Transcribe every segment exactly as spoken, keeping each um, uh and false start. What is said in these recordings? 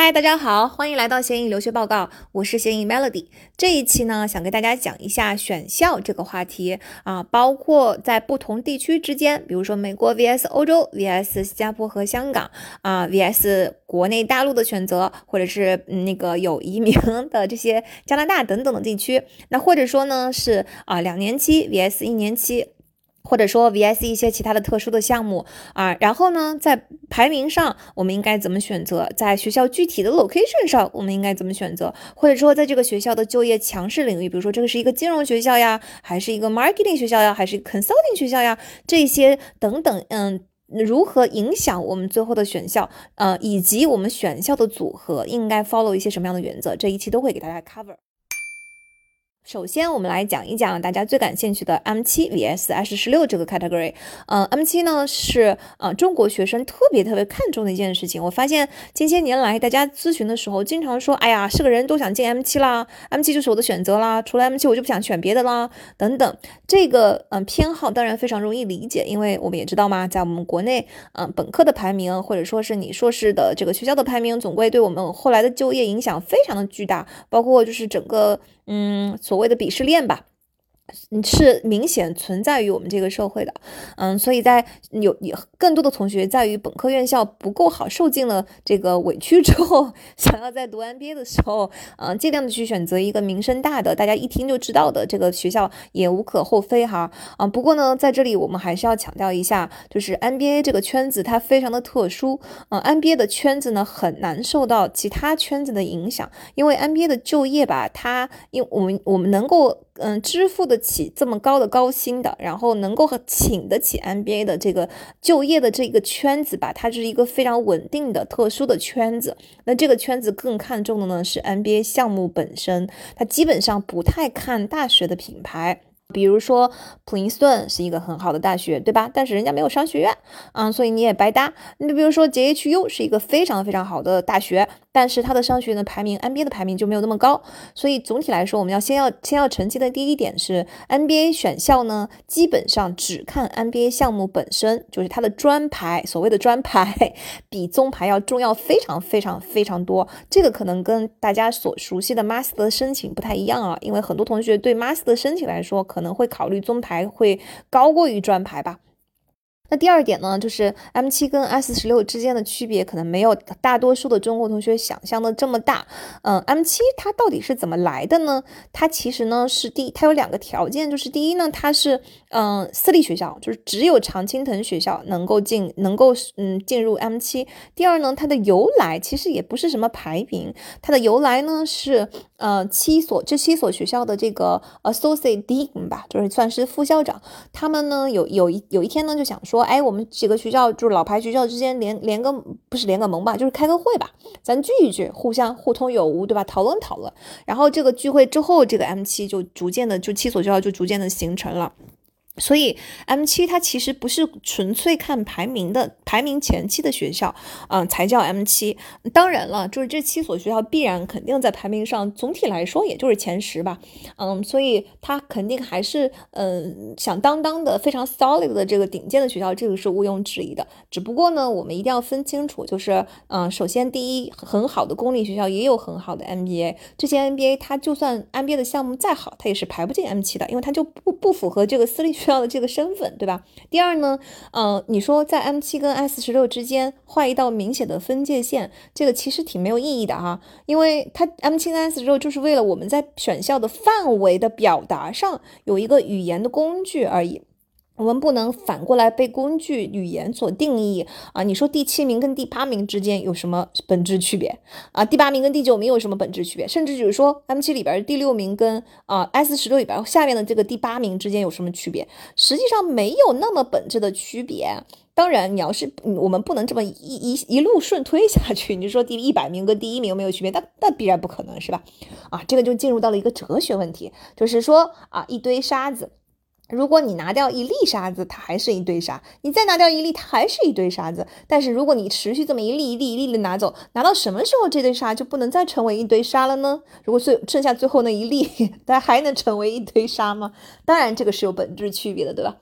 嗨，大家好，欢迎来到协影留学报告，我是协影 Melody。这一期呢，想跟大家讲一下选校这个话题啊，包括在不同地区之间，比如说美国 vs 欧洲 vs 新加坡和香港啊 vs 国内大陆的选择，或者是、嗯、那个有移民的这些加拿大等等的地区，那或者说呢是啊两年期 vs 一年期。或者说 V S 一些其他的特殊的项目啊，然后呢，在排名上我们应该怎么选择？在学校具体的 location 上我们应该怎么选择？或者说在这个学校的就业强势领域，比如说这个是一个金融学校呀，还是一个 marketing 学校呀，还是一个 consulting 学校呀，这些等等，嗯。如何影响我们最后的选校，呃，以及我们选校的组合应该 follow 一些什么样的原则？这一期都会给大家 cover。首先我们来讲一讲大家最感兴趣的 M 七 vs S 十六 这个 category。呃 M 七 呢是呃中国学生特别特别看重的一件事情。我发现近些年来大家咨询的时候经常说，哎呀，是个人都想进 M 七 啦 ，M 七 就是我的选择啦，除了 M 七 我就不想选别的啦，等等。这个嗯、呃、偏好当然非常容易理解，因为我们也知道嘛，在我们国内嗯、呃、本科的排名或者说是你硕士的这个学校的排名，总归对我们后来的就业影响非常的巨大，包括就是整个嗯所谓的鄙视链吧。是明显存在于我们这个社会的，嗯，所以在有有更多的同学在于本科院校不够好，受尽了这个委屈之后，想要在读 M B A 的时候，嗯，尽量的去选择一个名声大的，大家一听就知道的这个学校也无可厚非哈，啊，不过呢，在这里我们还是要强调一下，就是 M B A 这个圈子它非常的特殊，嗯 ，M B A 的圈子呢很难受到其他圈子的影响，因为 M B A 的就业吧，它因为我们我们能够嗯支付的起这么高的高薪的，然后能够请得起 M B A 的这个就业的这个圈子吧，它是一个非常稳定的特殊的圈子。那这个圈子更看重的呢是 M B A 项目本身，它基本上不太看大学的品牌。比如说普林斯顿是一个很好的大学，对吧？但是人家没有商学院，嗯，所以你也白搭。你比如说 J H U 是一个非常非常好的大学，但是它的商学院的排名 M B A 的排名就没有那么高。所以总体来说，我们要先要先要澄清的第一点是 M B A 选校呢，基本上只看 M B A 项目本身，就是它的专排，所谓的专排比综排要重要非常非常非常多。这个可能跟大家所熟悉的 Master 的申请不太一样啊，因为很多同学对 Master 的申请来说，可能会考虑综排会高过于专排吧。那第二点呢，就是 M 七 跟 S 十六 之间的区别可能没有大多数的中国同学想象的这么大。嗯 ，M 七 它到底是怎么来的呢？它其实呢是第，它有两个条件，就是第一呢，它是嗯私立学校，就是只有常青藤学校能够进，能够嗯进入 M 七。第二呢，它的由来其实也不是什么排名，它的由来呢是呃七所这七所学校的这个 Associate Dean 吧，就是算是副校长，他们呢有有一有一天呢就想说。说，哎，我们几个学校就是老牌学校之间连连个不是连个盟吧，就是开个会吧，咱聚一聚，互相互通有无，对吧？讨论讨论。然后这个聚会之后，这个 M 七 就逐渐的，就七所学校就逐渐的形成了。所以 M 七 它其实不是纯粹看排名的，排名前期的学校，嗯，才叫 M 七。当然了，就是这七所学校必然肯定在排名上，总体来说也就是前十吧，嗯，所以它肯定还是嗯响当当的非常 solid 的这个顶尖的学校，这个是毋庸置疑的。只不过呢，我们一定要分清楚，就是嗯，首先第一，很好的公立学校也有很好的 M B A， 这些 M B A 它就算 M B A 的项目再好，它也是排不进 M 七 的，因为它就不不符合这个私立学校的这个身份，对吧？第二呢，呃，你说在 M 七 跟 S 十六 之间画一道明显的分界线，这个其实挺没有意义的哈，因为它 M 七 跟 S 十六 就是为了我们在选校的范围的表达上有一个语言的工具而已。我们不能反过来被工具语言所定义啊！你说第七名跟第八名之间有什么本质区别啊？第八名跟第九名有什么本质区别？甚至就是说 M 七 里边第六名跟啊 S 十六 里边下面的这个第八名之间有什么区别？实际上没有那么本质的区别。当然，你要是我们不能这么一一一路顺推下去，你说第一百名跟第一名有没有区别？那那必然不可能，是吧？啊，这个就进入到了一个哲学问题，就是说啊，一堆沙子。如果你拿掉一粒沙子，它还是一堆沙；你再拿掉一粒，它还是一堆沙子。但是如果你持续这么一粒一粒一粒的拿走，拿到什么时候这堆沙就不能再成为一堆沙了呢？如果最剩下最后那一粒，它还能成为一堆沙吗？当然，这个是有本质区别的，对吧？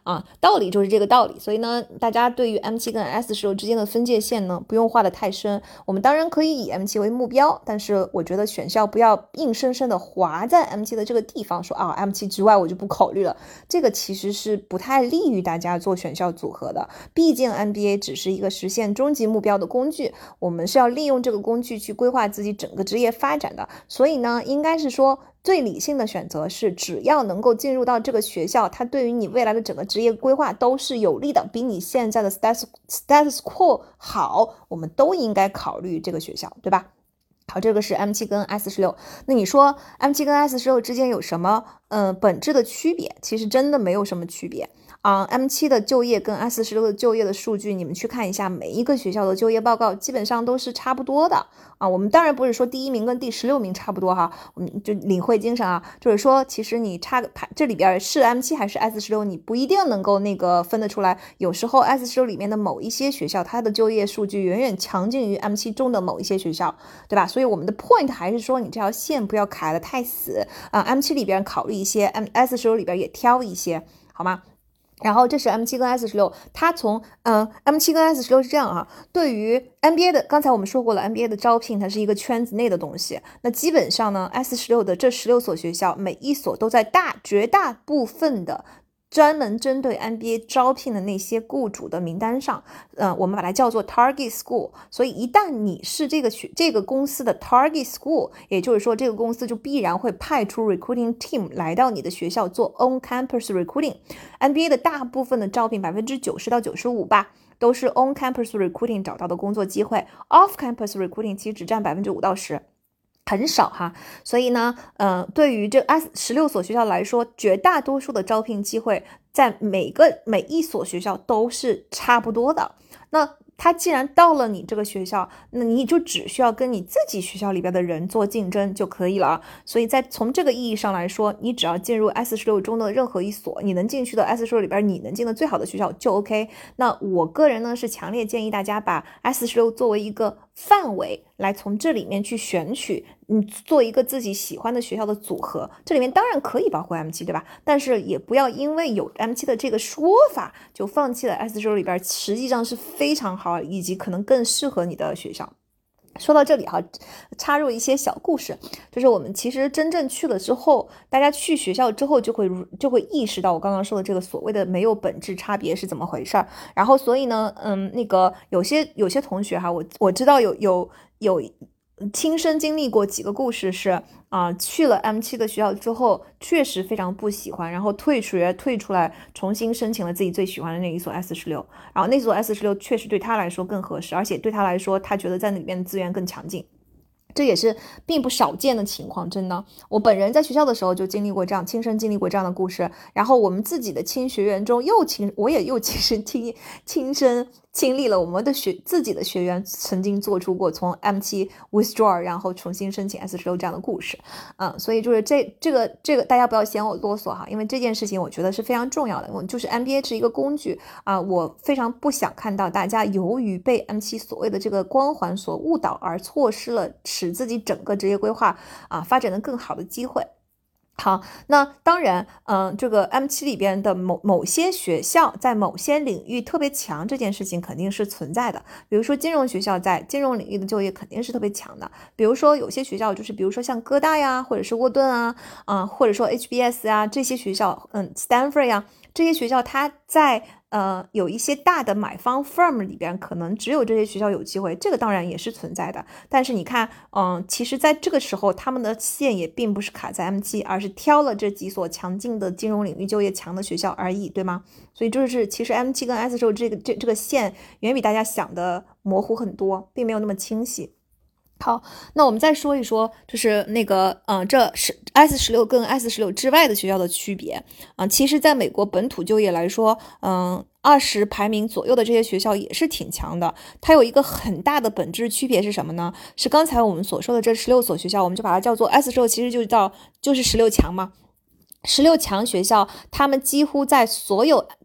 啊，道理就是这个道理。所以呢，大家对于 M 七 跟 S 十六之间的分界线呢，不用画得太深。我们当然可以以 M 七 为目标，但是我觉得选校不要硬生生的划在 M 七 的这个地方，说啊 M 七 之外我就不考虑了。这个其实是不太利于大家做选校组合的。毕竟 N B A 只是一个实现终极目标的工具，我们是要利用这个工具去规划自己整个职业发展的。所以呢，应该是说最理性的选择是，只要能够进入到这个学校，它对于你未来的整个职业规划都是有利的，比你现在的 status status quo 好，我们都应该考虑这个学校，对吧？好，这个是 M 七 跟 S 十六。那你说 M 七 跟 S 十六之间有什么呃本质的区别？其实真的没有什么区别啊。M 七 的就业跟 S 十六的就业的数据，你们去看一下，每一个学校的就业报告基本上都是差不多的啊。我们当然不是说第一名跟第十六名差不多哈，我们就领会精神啊，就是说其实你差个排这里边是 M 七 还是 S 十六，你不一定能够那个分得出来。有时候 S 十六里面的某一些学校，它的就业数据远远强劲于 M 七 中的某一些学校，对吧？所以我们的 point 还是说你这条线不要卡得太死啊。M 七 里边考虑一些 ，S 十六里边也挑一些，好吗？然后这是 M 七 跟 S 十六，它从嗯 M 七 跟 S 十六是这样啊。对于 N B A 的，刚才我们说过了 ，N B A 的招聘它是一个圈子内的东西。那基本上呢 ，S 十六的这十六所学校，每一所都在大绝大部分的专门针对 N B A 招聘的那些雇主的名单上，呃，我们把它叫做 Target School。所以一旦你是这个学这个公司的 Target School， 也就是说这个公司就必然会派出 Recruiting Team 来到你的学校做 On Campus Recruiting。N B A 的大部分的招聘 百分之九十到九十五 吧，都是 On Campus Recruiting 找到的工作机会， Off Campus Recruiting 其实只占 百分之五到十。很少哈，所以呢，呃，对于这 S 十六所学校来说，绝大多数的招聘机会在每个每一所学校都是差不多的。那他既然到了你这个学校，那你就只需要跟你自己学校里边的人做竞争就可以了。所以在从这个意义上来说，你只要进入 S 十六 中的任何一所，你能进去的 S 十六 里边你能进的最好的学校就 OK。那我个人呢是强烈建议大家把 S 十六 作为一个范围来从这里面去选取，嗯，做一个自己喜欢的学校的组合。这里面当然可以包括 M 七，对吧？但是也不要因为有 M 七 的这个说法就放弃了 S 十六 里边实际上是非常好以及可能更适合你的学校。说到这里哈，插入一些小故事，就是我们其实真正去了之后，大家去学校之后就会就会意识到我刚刚说的这个所谓的没有本质差别是怎么回事儿。然后所以呢，嗯，那个有些有些同学哈，我我知道有有有亲身经历过几个故事是啊、呃，去了 M 七 的学校之后，确实非常不喜欢，然后退学退出来，重新申请了自己最喜欢的那一所 S 十六，然后那所 S 十六确实对他来说更合适，而且对他来说，他觉得在那里面的资源更强劲。这也是并不少见的情况，真的。我本人在学校的时候就经历过这样，亲身经历过这样的故事。然后我们自己的亲学员中又亲，我也又亲身亲亲身经历了我们的学自己的学员曾经做出过从 M 七 withdraw 然后重新申请 S 十六 这样的故事。嗯，所以就是这这个这个大家不要嫌我啰嗦哈，因为这件事情我觉得是非常重要的。我就是 N B A 是一个工具啊，我非常不想看到大家由于被 M 七 所谓的这个光环所误导而错失了使自己整个职业规划啊发展的更好的机会。好，那当然，嗯，这个 M 七 里边的某某些学校在某些领域特别强，这件事情肯定是存在的。比如说金融学校在金融领域的就业肯定是特别强的。比如说有些学校就是，比如说像哥大呀，或者是沃顿啊，啊、呃，或者说 H B S 啊这些学校，嗯 ，Stanford 呀这些学校，它在呃，有一些大的买方 firm 里边，可能只有这些学校有机会，这个当然也是存在的。但是你看，嗯，其实在这个时候，他们的线也并不是卡在 M 七，而是挑了这几所强劲的金融领域就业强的学校而已，对吗？所以就是其实 M 七 跟 S 十六这个这这个线远比大家想的模糊很多，并没有那么清晰。好，那我们再说一说，就是那个，嗯、呃，这是 S 十六 跟 S 十六 之外的学校的区别啊、呃。其实，在美国本土就业来说，嗯，二十排名左右的这些学校也是挺强的。它有一个很大的本质区别是什么呢？是刚才我们所说的这十六所学校，我们就把它叫做 S 十六，其实就叫就是十六强嘛。十六强学校，他们几乎在所有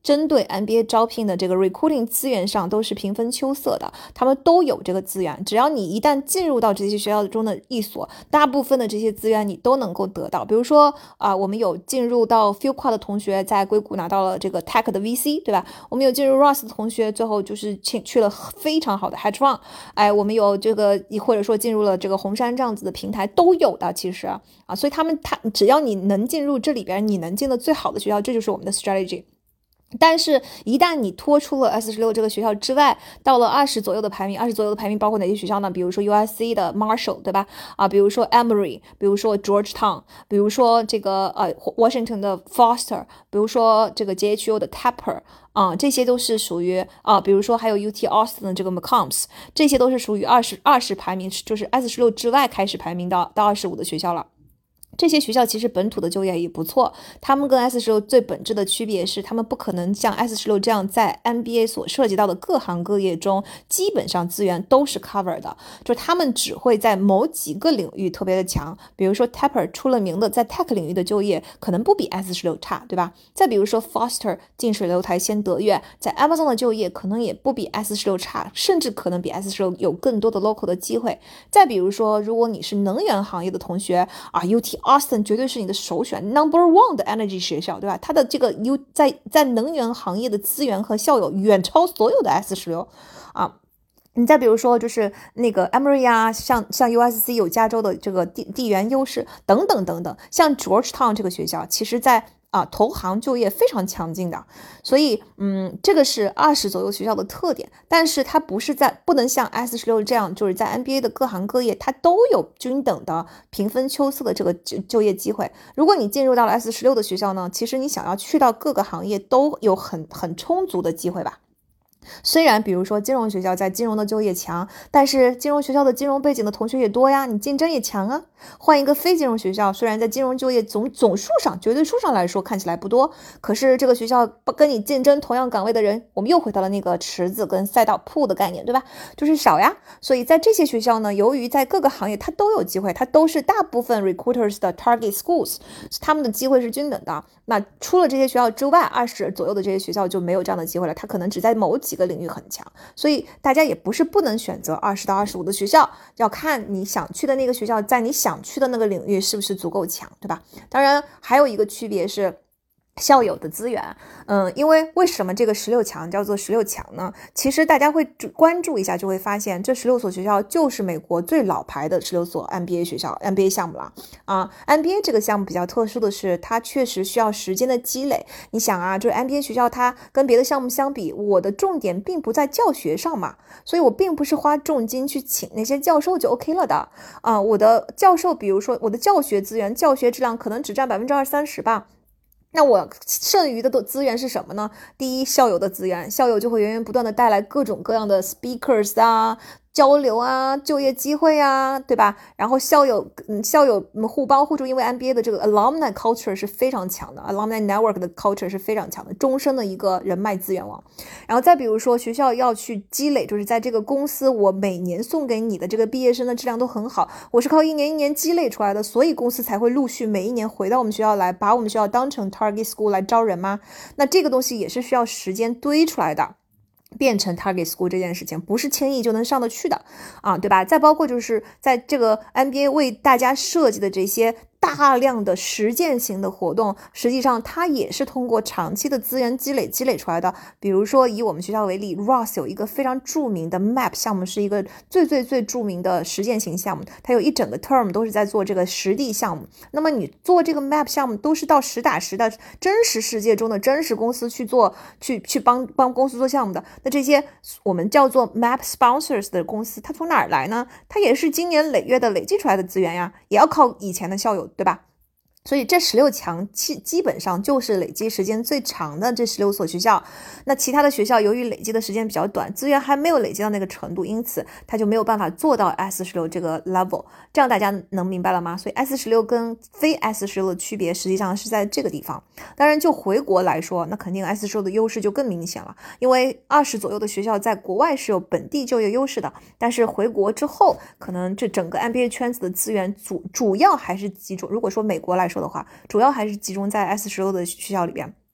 针对 N B A 招聘的这个 recruiting 资源上都是平分秋色的，他们都有这个资源，只要你一旦进入到这些学校中的一所，大部分的这些资源你都能够得到。比如说啊、呃，我们有进入到 Fuqua 的同学在硅谷拿到了这个 Tech 的 V C， 对吧？我们有进入 Ross 的同学最后就是去去了非常好的 Hedge Fund， 哎，我们有这个或者说进入了这个红杉这样子的平台都有的，其实啊，所以他们他只要你能进入这里边，你能进的最好的学校，这就是我们的 strategy。但是，一旦你脱出了 S 十六 这个学校之外，到了二十左右的排名，二十左右的排名包括哪些学校呢？比如说 U S C 的 Marshall， 对吧？啊，比如说 Emory， 比如说 Georgetown， 比如说这个呃 Washington 的 Foster， 比如说这个 J H U 的 Tepper， 啊，这些都是属于啊，比如说还有 U T Austin 的这个 McCombs， 这些都是属于二十二十排名，就是 S 十六 之外开始排名到到二十五的学校了。这些学校其实本土的就业也不错，他们跟 S 十六 最本质的区别是，他们不可能像 S 十六 这样在 N B A 所涉及到的各行各业中，基本上资源都是 cover 的，就是他们只会在某几个领域特别的强，比如说 Tepper 出了名的在 Tech 领域的就业可能不比 S 十六 差，对吧？再比如说 Foster 近水楼台先得月，在 Amazon 的就业可能也不比 S 十六 差，甚至可能比 S 十六 有更多的 local 的机会。再比如说，如果你是能源行业的同学啊 ，U T Austin 绝对是你的首选 number one 的 energy 学校，对吧？它的这个 U 在在能源行业的资源和校友远超所有的 S 十六 啊。你再比如说，就是那个 Emory 啊，像像 U S C 有加州的这个地地缘优势等等等等，像 Georgetown 这个学校，其实在啊，投行就业非常强劲的，所以嗯，这个是二十左右学校的特点，但是它不是在不能像 S 十六 这样，就是在 N B A 的各行各业它都有均等的平分秋色的这个就就业机会。如果你进入到了 S 十六 的学校呢，其实你想要去到各个行业都有很很充足的机会吧。虽然比如说金融学校在金融的就业强，但是金融学校的金融背景的同学也多呀，你竞争也强啊。换一个非金融学校，虽然在金融就业总总数上绝对数上来说看起来不多，可是这个学校跟你竞争同样岗位的人，我们又回到了那个池子跟赛道铺的概念，对吧？就是少呀。所以在这些学校呢，由于在各个行业它都有机会，它都是大部分 recruiters 的 target schools， 他们的机会是均等的。那除了这些学校之外，二十左右的这些学校就没有这样的机会了，它可能只在某几个领域很强，所以大家也不是不能选择二十到二十五的学校，要看你想去的那个学校在你想去的那个领域是不是足够强，对吧？当然还有一个区别是校友的资源，嗯，因为为什么这个十六强叫做十六强呢？其实大家会关注一下，就会发现这十六所学校就是美国最老牌的十六所 N B A 学校 N B A 项目了啊。N B A 这个项目比较特殊的是，它确实需要时间的积累。你想啊，这 N B A 学校它跟别的项目相比，我的重点并不在教学上嘛，所以我并不是花重金去请那些教授就 OK 了的啊。我的教授，比如说我的教学资源、教学质量可能只占百分之二三十吧。那我剩余的资源是什么呢？第一，校友的资源，校友就会源源不断的带来各种各样的 speakers 啊、交流啊、就业机会啊，对吧？然后校友，嗯，校友互帮互助，因为 N B A 的这个 alumni culture 是非常强的 ，alumni network 的 culture 是非常强的，终身的一个人脉资源网。然后再比如说，学校要去积累，就是在这个公司，我每年送给你的这个毕业生的质量都很好，我是靠一年一年积累出来的，所以公司才会陆续每一年回到我们学校来，把我们学校当成 target school 来招人吗？那这个东西也是需要时间堆出来的。变成 target school 这件事情不是轻易就能上得去的啊，对吧？再包括就是在这个 N B A 为大家设计的这些大量的实践型的活动，实际上它也是通过长期的资源积累积累出来的。比如说以我们学校为例 Ross 有一个非常著名的 map 项目，是一个最最最著名的实践型项目，它有一整个 term 都是在做这个实地项目。那么你做这个 map 项目都是到实打实的真实世界中的真实公司去做，去去帮帮公司做项目的。那这些我们叫做 map sponsors 的公司，它从哪儿来呢？它也是经年累月的累积出来的资源呀，也要靠以前的校友，对吧？所以这十六强基基本上就是累积时间最长的这十六所学校，那其他的学校由于累积的时间比较短，资源还没有累积到那个程度，因此它就没有办法做到 S 十六 这个 level， 这样大家能明白了吗？所以 S 十六 跟非 S 十六 的区别实际上是在这个地方。当然就回国来说，那肯定 S 十六 的优势就更明显了，因为二十左右的学校在国外是有本地就业优势的，但是回国之后，可能这整个 N B A 圈子的资源主主要还是集中，如果说美国来说的话，主要还是集中在 S 十六 的学校里边。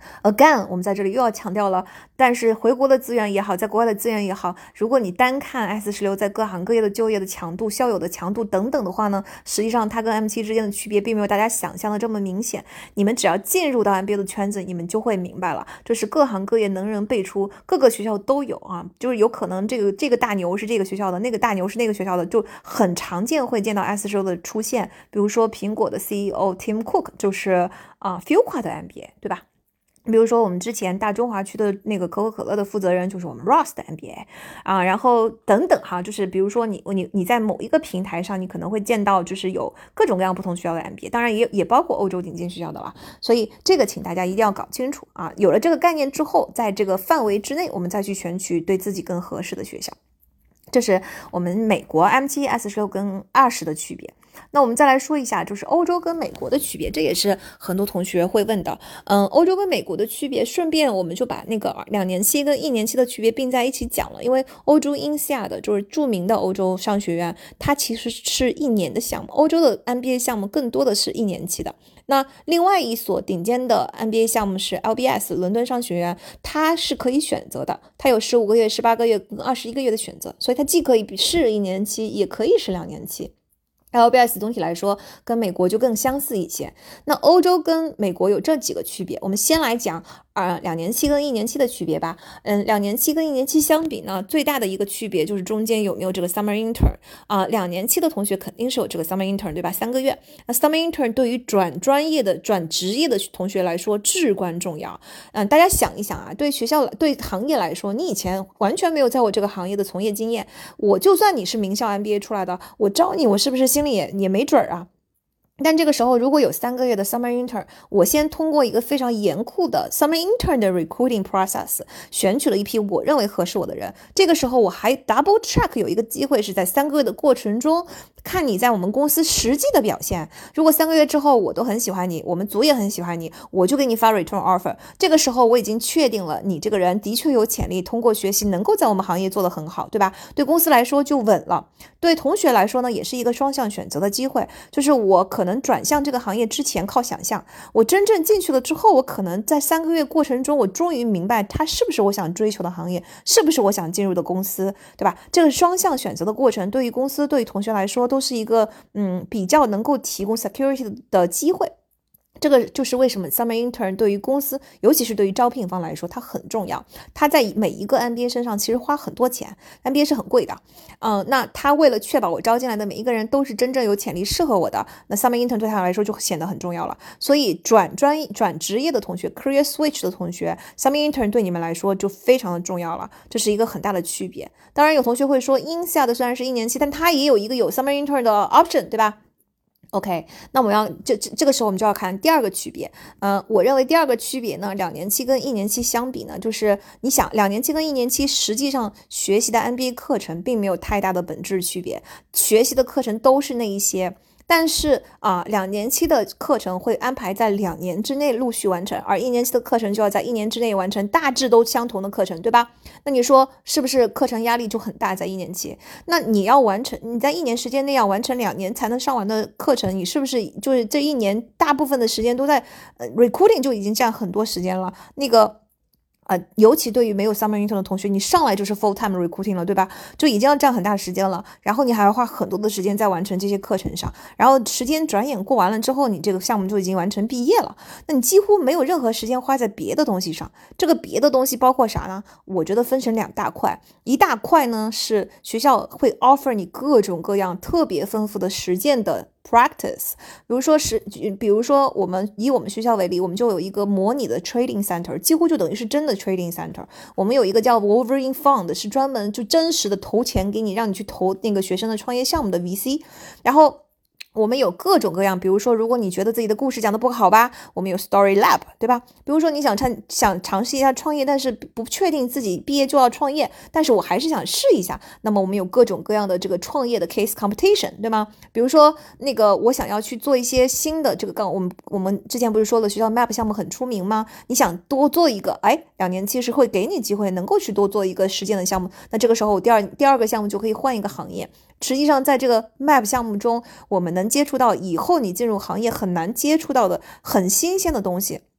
Again，我们在这里又要强调了，但是回国的资源也好，在国外的资源也好，如果你单看 S 十六在各行各业的就业的强度、校友的强度等等的话呢，实际上它跟 M 七 之间的区别并没有大家想象的这么明显。你们只要进入到 M B A 的圈子，你们就会明白了，这是各行各业能人辈出，各个学校都有啊，就是有可能这个这个大牛是这个学校的，那个大牛是那个学校的，就很常见会见到 S 十六的出现。比如说苹果的 C E O Tim Cook 就是啊、呃、Fuqua 的 M B A， 对吧？比如说我们之前大中华区的那个可口可乐的负责人就是我们 Ross 的 M B A 啊，然后等等哈，就是比如说你你你在某一个平台上，你可能会见到就是有各种各样不同学校的 M B A， 当然也也包括欧洲顶尖学校的了，所以这个请大家一定要搞清楚啊。有了这个概念之后，在这个范围之内，我们再去选取对自己更合适的学校。这是我们美国 M 七 S 十六跟二十的区别。那我们再来说一下，就是欧洲跟美国的区别，这也是很多同学会问的。嗯，欧洲跟美国的区别，顺便我们就把那个两年期跟一年期的区别并在一起讲了。因为欧洲 I N S E A D 就是著名的欧洲商学院，它其实是一年的项目，欧洲的 M B A 项目更多的是一年期的。那另外一所顶尖的 M B A 项目是 L B S 伦敦商学院，它是可以选择的，它有十五个月、十八个月跟二十一个月的选择，所以它既可以是一年期，也可以是两年期。L B S 总体来说跟美国就更相似一些。那欧洲跟美国有这几个区别，我们先来讲呃两年期跟一年期的区别吧。嗯，两年期跟一年期相比呢，最大的一个区别就是中间有没有这个 summer intern 啊、呃。两年期的同学肯定是有这个 summer intern， 对吧？三个月。那 summer intern 对于转专业的、转职业的同学来说至关重要。嗯，大家想一想啊，对学校、对行业来说，你以前完全没有在我这个行业的从业经验，我就算你是名校 M B A 出来的，我招你，我是不是心里也也没准啊？但这个时候如果有三个月的 summer intern， 我先通过一个非常严酷的 summer intern 的 recruiting process 选取了一批我认为合适我的人，这个时候我还 double check 有一个机会是在三个月的过程中看你在我们公司实际的表现，如果三个月之后我都很喜欢你，我们组也很喜欢你，我就给你发 return offer， 这个时候我已经确定了你这个人的确有潜力，通过学习能够在我们行业做得很好，对吧？对公司来说就稳了，对同学来说呢也是一个双向选择的机会，就是我可能转向这个行业之前靠想象，我真正进去了之后，我可能在三个月过程中我终于明白它是不是我想追求的行业，是不是我想进入的公司，对吧？这个双向选择的过程对于公司对于同学来说都是一个嗯比较能够提供 security 的机会。这个就是为什么 summer intern 对于公司，尤其是对于招聘方来说，它很重要。它在每一个 M B A 身上其实花很多钱 ，M B A 是很贵的。嗯，那他为了确保我招进来的每一个人都是真正有潜力适合我的，那 summer intern 对他来说就显得很重要了。所以转专业、转职业的同学 ，career switch 的同学 ，summer intern 对你们来说就非常的重要了，这是一个很大的区别。当然，有同学会说 I N S E A 的虽然是一年期，但它也有一个有 summer intern 的 option， 对吧？OK， 那我们要这这这个时候我们就要看第二个区别。呃，我认为第二个区别呢，两年期跟一年期相比呢，就是你想两年期跟一年期实际上学习的 M B A 课程并没有太大的本质区别，学习的课程都是那一些。但是啊，两年期的课程会安排在两年之内陆续完成，而一年期的课程就要在一年之内完成，大致都相同的课程，对吧？那你说是不是课程压力就很大在一年期？那你要完成，你在一年时间内要完成两年才能上完的课程，你是不是就是这一年大部分的时间都在呃 recruiting 就已经占很多时间了？那个。呃，尤其对于没有 summer intern 的同学，你上来就是 full time recruiting 了，对吧？就已经要占很大时间了，然后你还要花很多的时间在完成这些课程上，然后时间转眼过完了之后，你这个项目就已经完成毕业了，那你几乎没有任何时间花在别的东西上。这个别的东西包括啥呢？我觉得分成两大块，一大块呢是学校会 offer 你各种各样特别丰富的实践的practice， 比如说是，比如说我们以我们学校为例，我们就有一个模拟的 trading center， 几乎就等于是真的 trading center。我们有一个叫 Wolverine Fund， 是专门就真实的投钱给你，让你去投那个学生的创业项目的 V C， 然后。我们有各种各样，比如说，如果你觉得自己的故事讲得不好吧，我们有 Story Lab， 对吧？比如说你想尝想尝试一下创业，但是不确定自己毕业就要创业，但是我还是想试一下，那么我们有各种各样的这个创业的 case competition， 对吗？比如说那个我想要去做一些新的这个，刚我们我们之前不是说了学校 map 项目很出名吗？你想多做一个，哎，两年其实会给你机会能够去多做一个实践的项目，那这个时候第二第二个项目就可以换一个行业。实际上在这个 map 项目中，我们能接触到以后你进入行业很难接触到的很新鲜的东西。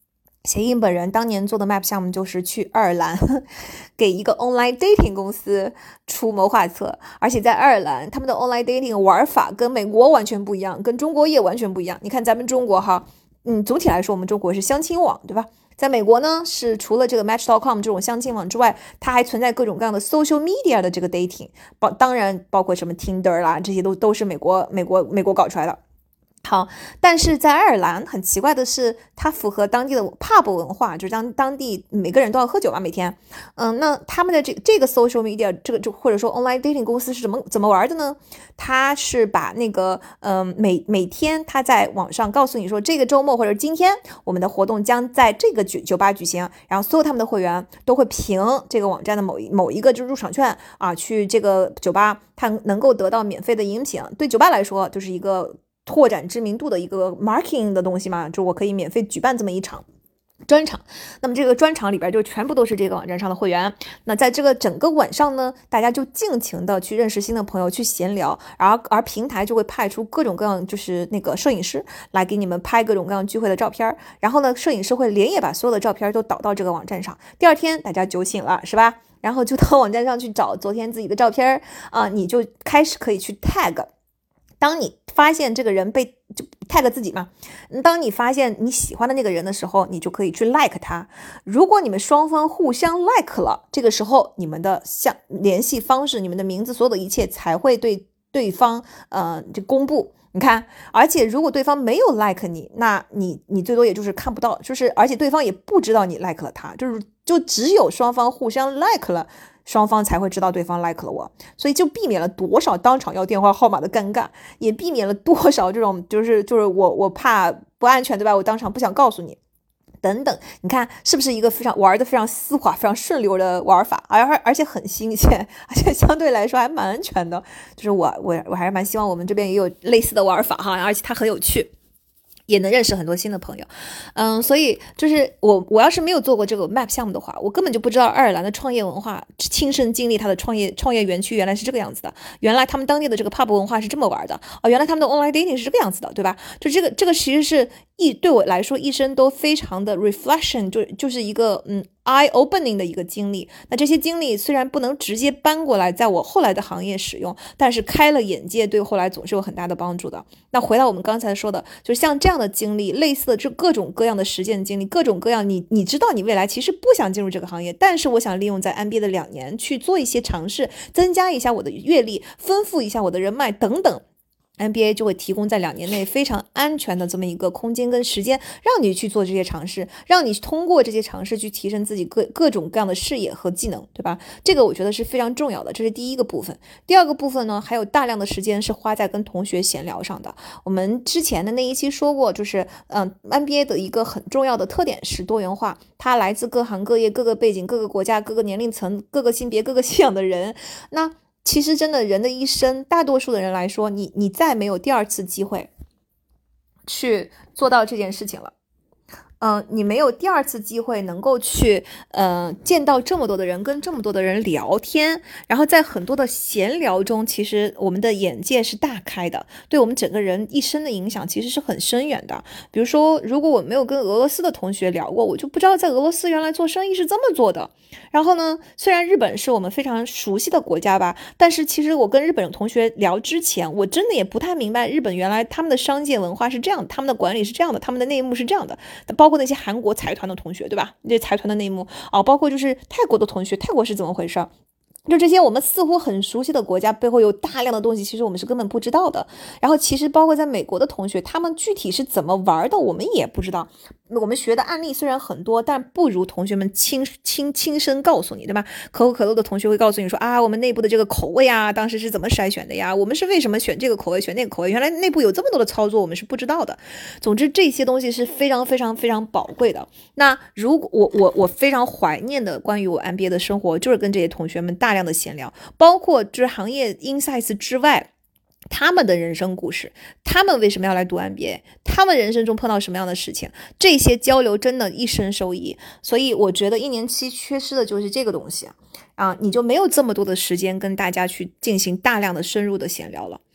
谐音本人当年做的 map 项目就是去爱尔兰给一个 online dating 公司出谋划策，而且在爱尔兰他们的 online dating 玩法跟美国完全不一样，跟中国也完全不一样。你看咱们中国哈，嗯，总体来说我们中国是相亲网，对吧？在美国呢，是除了这个 match dot com 这种相亲网之外，它还存在各种各样的 social media 的这个 dating， 包当然包括什么 Tinder 啦，这些都都是美国美国美国搞出来的。好，但是在爱尔兰很奇怪的是，它符合当地的 pub 文化，就是当当地每个人都要喝酒嘛，每天。嗯，那他们的这这个 social media 这个就或者说 online dating 公司是怎么怎么玩的呢？他是把那个嗯、呃、每每天他在网上告诉你说，这个周末或者今天我们的活动将在这个酒酒吧举行，然后所有他们的会员都会凭这个网站的某一某一个就入场券啊，去这个酒吧，他能够得到免费的饮品。对酒吧来说，就是一个拓展知名度的一个 marketing 的东西嘛，就我可以免费举办这么一场专场。那么这个专场里边就全部都是这个网站上的会员。那在这个整个晚上呢，大家就尽情的去认识新的朋友，去闲聊，而而平台就会派出各种各样就是那个摄影师来给你们拍各种各样聚会的照片，然后呢，摄影师会连夜把所有的照片都导到这个网站上。第二天大家酒醒了，是吧？然后就到网站上去找昨天自己的照片啊、呃，你就开始可以去 tag。当你发现这个人被就 tag 自己嘛，当你发现你喜欢的那个人的时候，你就可以去 like 他。如果你们双方互相 like 了，这个时候你们的相联系方式、你们的名字，所有的一切才会对对方呃就公布。你看，而且如果对方没有 like 你，那你你最多也就是看不到，就是而且对方也不知道你 like 了他，就是就只有双方互相 like 了，双方才会知道对方 like 了我，所以就避免了多少当场要电话号码的尴尬，也避免了多少这种就是就是我我怕不安全，对吧？我当场不想告诉你。等等，你看是不是一个非常玩的非常丝滑、非常顺溜的玩法，而而且很新鲜，而且相对来说还蛮安全的。就是我我我还是蛮希望我们这边也有类似的玩法哈，而且它很有趣。也能认识很多新的朋友，嗯，所以就是我我要是没有做过这个 map 项目的话，我根本就不知道爱尔兰的创业文化，亲身经历它的创业创业园区原来是这个样子的，原来他们当地的这个 pub 文化是这么玩的，哦，原来他们的 online dating 是这个样子的，对吧？就这个这个其实是一对我来说一生都非常的 reflection， 就就是一个嗯 eye opening 的一个经历。那这些经历虽然不能直接搬过来在我后来的行业使用，但是开了眼界，对后来总是有很大的帮助的。那回到我们刚才说的，就像这样的经历，类似的这各种各样的实践经历，各种各样你你知道你未来其实不想进入这个行业，但是我想利用在 M B A 的两年去做一些尝试，增加一下我的阅历，丰富一下我的人脉等等。M B A 就会提供在两年内非常安全的这么一个空间跟时间，让你去做这些尝试，让你通过这些尝试去提升自己各各种各样的视野和技能，对吧？这个我觉得是非常重要的，这是第一个部分。第二个部分呢，还有大量的时间是花在跟同学闲聊上的。我们之前的那一期说过，就是嗯 M B A 的一个很重要的特点是多元化，它来自各行各业、各个背景、各个国家、各个年龄层、各个性别、各个信仰的人。那其实真的人的一生，大多数的人来说，你你再没有第二次机会去做到这件事情了。嗯、呃，你没有第二次机会能够去呃见到这么多的人，跟这么多的人聊天，然后在很多的闲聊中，其实我们的眼界是大开的，对我们整个人一生的影响其实是很深远的。比如说，如果我没有跟俄罗斯的同学聊过，我就不知道在俄罗斯原来做生意是这么做的。然后呢，虽然日本是我们非常熟悉的国家吧，但是其实我跟日本同学聊之前，我真的也不太明白日本原来他们的商界文化是这样，他们的管理是这样的，他们的内幕是这样的，包括那些韩国财团的同学，对吧？这财团的内幕啊、哦，包括就是泰国的同学，泰国是怎么回事？就这些我们似乎很熟悉的国家背后有大量的东西，其实我们是根本不知道的。然后其实包括在美国的同学，他们具体是怎么玩的，我们也不知道。我们学的案例虽然很多，但不如同学们亲亲亲身告诉你，对吧？可口可乐的同学会告诉你说啊，我们内部的这个口味啊，当时是怎么筛选的呀？我们是为什么选这个口味，选那个口味？原来内部有这么多的操作，我们是不知道的。总之，这些东西是非常非常非常宝贵的。那如果我我我非常怀念的关于我 M B A 的生活，就是跟这些同学们大量的闲聊，包括就是行业 insights 之外。他们的人生故事，他们为什么要来读 M B A， 他们人生中碰到什么样的事情，这些交流真的一生受益。所以我觉得一年期缺失的就是这个东西啊，你就没有这么多的时间跟大家去进行大量的深入的闲聊了。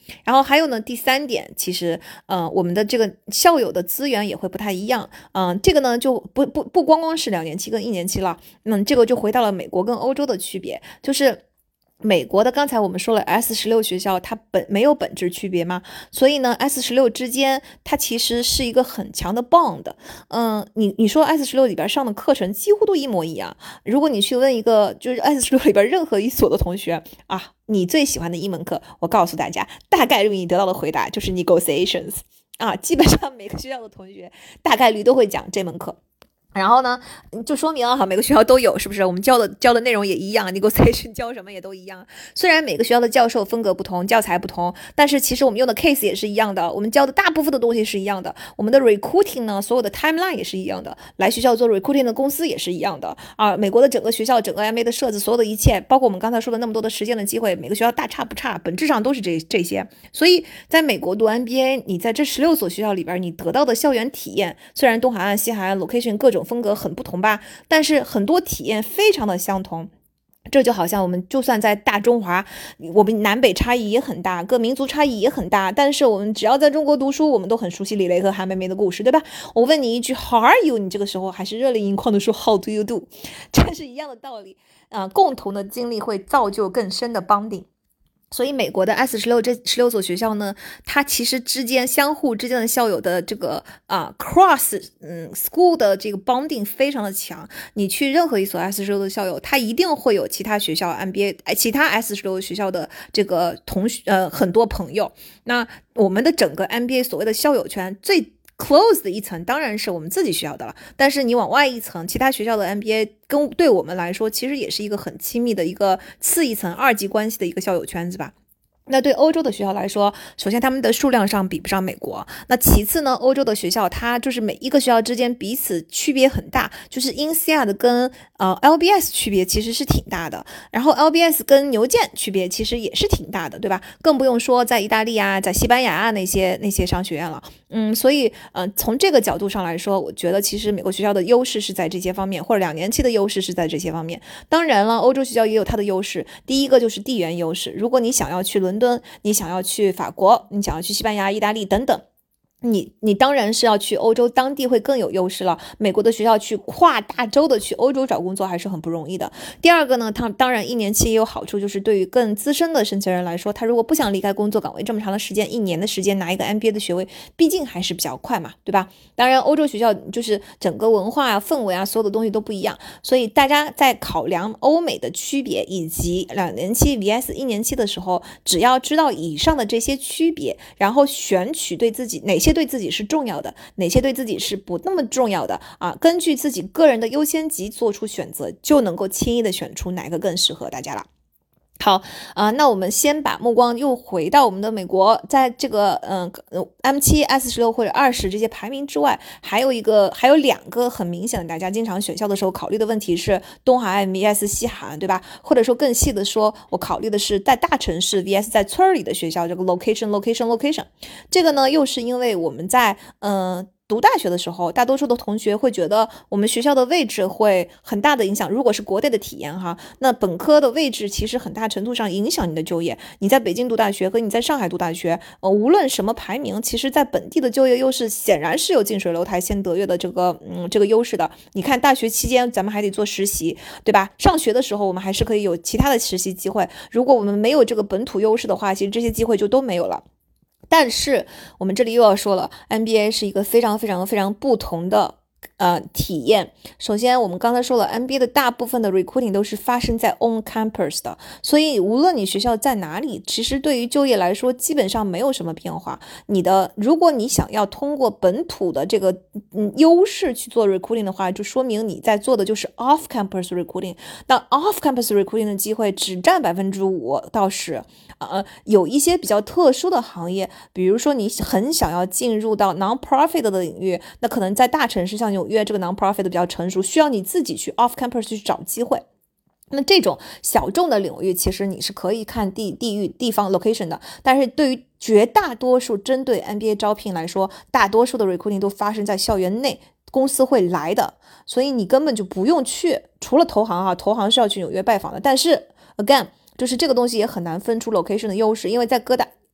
然后还有呢，第三点，其实，呃，我们的这个校友的资源也会不太一样。嗯、呃，这个呢，就不不不光光是两年期跟一年期了，嗯，这个就回到了美国跟欧洲的区别，就是。美国的刚才我们说了 S 十六学校它本没有本质区别嘛，所以呢 S 十六之间它其实是一个很强的 bond。嗯，你你说 S 十六里边上的课程几乎都一模一样，如果你去问一个就是 S 十六里边任何一所的同学啊，你最喜欢的一门课，我告诉大家，大概率你得到的回答就是 negotiations 啊，基本上每个学校的同学大概率都会讲这门课。然后呢，就说明哈，每个学校都有，是不是？我们教的教的内容也一样 ，negotiation 教什么也都一样。虽然每个学校的教授风格不同，教材不同，但是其实我们用的 case 也是一样的，我们教的大部分的东西是一样的。我们的 recruiting 呢，所有的 timeline 也是一样的，来学校做 recruiting 的公司也是一样的啊。美国的整个学校、整个 M B A 的设置，所有的一切，包括我们刚才说的那么多的实践的机会，每个学校大差不差，本质上都是这这些。所以在美国读 M B A， 你在这十六所学校里边，你得到的校园体验，虽然东海岸、西海岸 location 各种风格很不同吧。但是很多体验非常的相同，这就好像我们就算在大中华，我们南北差异也很大，各民族差异也很大，但是我们只要在中国读书，我们都很熟悉李雷和韩梅梅的故事，对吧？我问你一句 How are you？ 你这个时候还是热泪盈眶的说 How do you do？ 这是一样的道理啊、呃，共同的经历会造就更深的 bonding。所以美国的 S 十六这十六所学校呢，它其实之间相互之间的校友的这个啊、呃、cross 嗯 school 的这个 bonding 非常的强。你去任何一所 S 十六的校友，他一定会有其他学校 M B A 其他 S 十六学校的这个同学呃很多朋友。那我们的整个 M B A 所谓的校友圈最close 的一层当然是我们自己学校的了，但是你往外一层，其他学校的 M B A 跟对我们来说，其实也是一个很亲密的一个次一层二级关系的一个校友圈子吧。那对欧洲的学校来说，首先他们的数量上比不上美国，那其次呢，欧洲的学校它就是每一个学校之间彼此区别很大，就是 I N S E A D 跟呃 L B S 区别其实是挺大的，然后 L B S 跟牛剑区别其实也是挺大的，对吧？更不用说在意大利啊，在西班牙啊那些那些商学院了。嗯，所以呃从这个角度上来说，我觉得其实美国学校的优势是在这些方面，或者两年期的优势是在这些方面。当然了，欧洲学校也有它的优势，第一个就是地缘优势，如果你想要去伦敦，你想要去法国，你想要去西班牙、意大利等等，你你当然是要去欧洲当地会更有优势了。美国的学校去跨大洲的去欧洲找工作还是很不容易的。第二个呢，它当然一年期也有好处，就是对于更资深的申请人来说，他如果不想离开工作岗位这么长的时间，一年的时间拿一个 M B A 的学位，毕竟还是比较快嘛，对吧？当然欧洲学校就是整个文化啊、氛围啊，所有的东西都不一样，所以大家在考量欧美的区别以及两年期 vs 一年期的时候，只要知道以上的这些区别，然后选取对自己哪些对自己是重要的，哪些对自己是不那么重要的啊，根据自己个人的优先级做出选择，就能够轻易的选出哪个更适合大家了。好啊、呃，那我们先把目光又回到我们的美国，在这个嗯 M 七 S 十六或者二十这些排名之外，还有一个还有两个很明显的大家经常选校的时候考虑的问题是东海岸 vs 西海岸，对吧？或者说更细的说，我考虑的是在大城市 vs 在村里的学校，这个 location location location。这个呢，又是因为我们在嗯。呃读大学的时候，大多数的同学会觉得我们学校的位置会很大的影响。如果是国内的体验哈，那本科的位置其实很大程度上影响你的就业。你在北京读大学和你在上海读大学，呃，无论什么排名，其实在本地的就业优势显然是有近水楼台先得月的这个嗯这个优势的。你看大学期间咱们还得做实习，对吧？上学的时候我们还是可以有其他的实习机会。如果我们没有这个本土优势的话，其实这些机会就都没有了。但是我们这里又要说了 ，M B A 是一个非常非常非常不同的呃体验。首先我们刚才说了 M B A 的大部分的 recruiting 都是发生在 on campus 的，所以无论你学校在哪里，其实对于就业来说基本上没有什么变化。你的如果你想要通过本土的这个嗯优势去做 recruiting 的话，就说明你在做的就是 off campus recruiting。那 off campus recruiting 的机会只占百分之五到十。呃，有一些比较特殊的行业，比如说你很想要进入到 non-profit 的领域，那可能在大城市像纽约这个 non-profit 比较成熟，需要你自己去 off campus 去找机会。那这种小众的领域，其实你是可以看地地域地方 location 的，但是对于绝大多数针对 M B A 招聘来说，大多数的 recruiting 都发生在校园内，公司会来的，所以你根本就不用去，除了投行哈，投行是要去纽约拜访的，但是 again。就是这个东西也很难分出 location 的优势，因为在各大嗯